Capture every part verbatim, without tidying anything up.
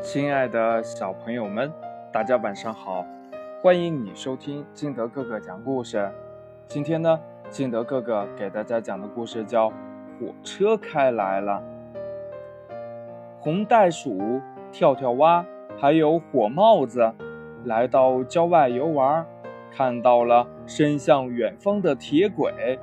亲爱的小朋友们，大家晚上好，欢迎你收听金德哥哥讲故事。今天呢，金德哥哥给大家讲的故事叫《火车开来了》。红袋鼠、跳跳蛙还有火帽子来到郊外游玩，看到了伸向远方的铁轨。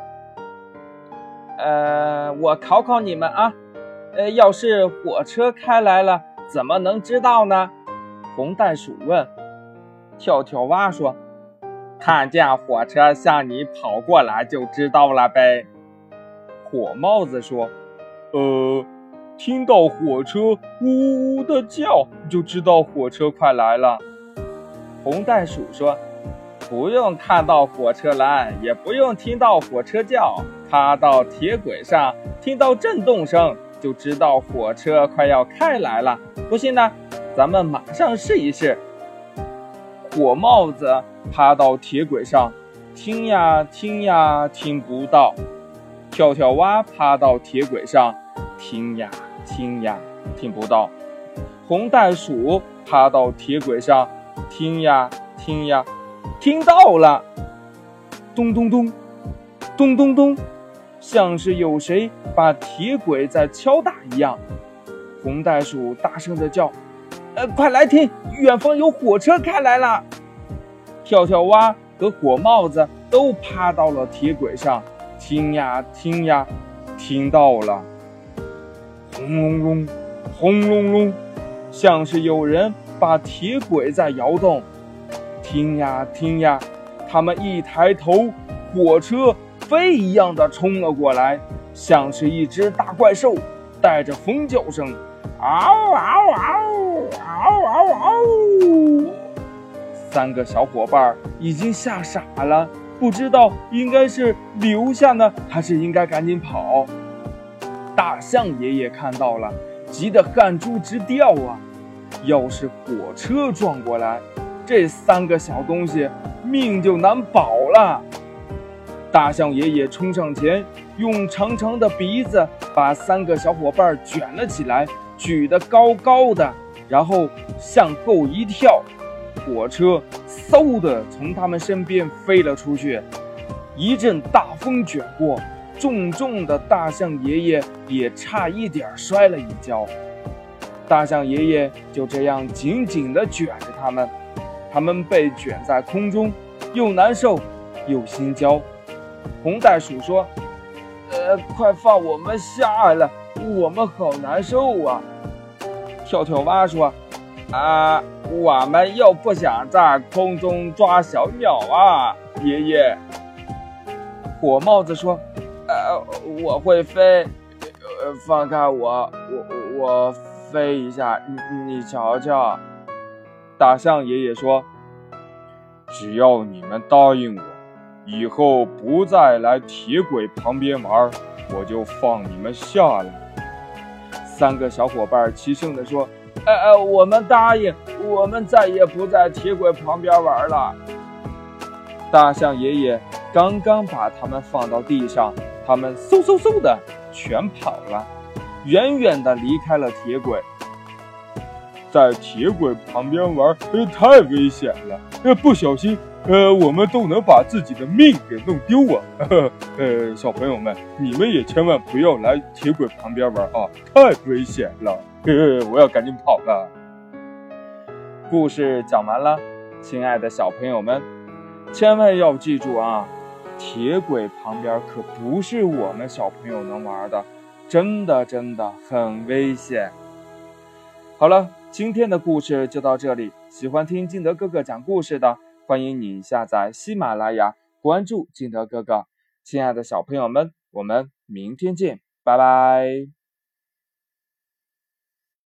呃，我考考你们啊，呃，要是火车开来了，怎么能知道呢？红袋鼠问。跳跳蛙说，看见火车向你跑过来就知道了呗。火帽子说，呃，听到火车呜呜的叫就知道火车快来了。红袋鼠说，不用看到火车来，也不用听到火车叫，踏到铁轨上听到震动声就知道火车快要开来了。不信呢，咱们马上试一试。火帽子爬到铁轨上，听呀听呀听不到。跳跳蛙爬到铁轨上，听呀听呀听不到。红袋鼠爬到铁轨上，听呀听呀听到了。咚咚咚咚咚咚，像是有谁把铁轨在敲打一样。红袋鼠大声地叫，呃，快来听，远方有火车开来了。跳跳蛙和火帽子都趴到了铁轨上，听呀听呀听到了。轰隆隆轰隆隆，像是有人把铁轨在摇动。听呀听呀，他们一抬头，火车飞一样的冲了过来，像是一只大怪兽，带着疯叫声，嗷嗷嗷嗷嗷嗷！三个小伙伴已经吓傻了，不知道应该是留下呢，还是应该赶紧跑。大象爷爷看到了，急得汗珠直掉啊！要是火车撞过来，这三个小东西命就难保了。大象爷爷冲上前，用长长的鼻子把三个小伙伴卷了起来，举得高高的，然后向后一跳，火车嗖的从他们身边飞了出去。一阵大风卷过，重重的大象爷爷也差一点摔了一跤。大象爷爷就这样紧紧地卷着他们，他们被卷在空中，又难受又心焦。红袋鼠说，呃，快放我们下来，我们好难受啊。跳跳蛙说，啊，我们又不想在空中抓小鸟啊，爷爷。火帽子说，呃，我会飞，呃，放开我，我我飞一下，你你瞧瞧。大象爷爷说，只要你们答应我，以后不再来铁轨旁边玩，我就放你们下来。三个小伙伴齐声地说，呃呃，我们答应，我们再也不在铁轨旁边玩了。大象爷爷刚刚把他们放到地上，他们嗖嗖嗖的全跑了，远远的离开了铁轨。在铁轨旁边玩，呃，太危险了，呃，不小心，呃，我们都能把自己的命给弄丢啊！呵呵呃，小朋友们，你们也千万不要来铁轨旁边玩啊，太危险了！呵呵，我要赶紧跑了。故事讲完了，亲爱的小朋友们，千万要记住啊，铁轨旁边可不是我们小朋友能玩的，真的真的很危险。好了，今天的故事就到这里。喜欢听金德哥哥讲故事的，欢迎你下载喜马拉雅，关注金德哥哥。亲爱的小朋友们，我们明天见，拜拜。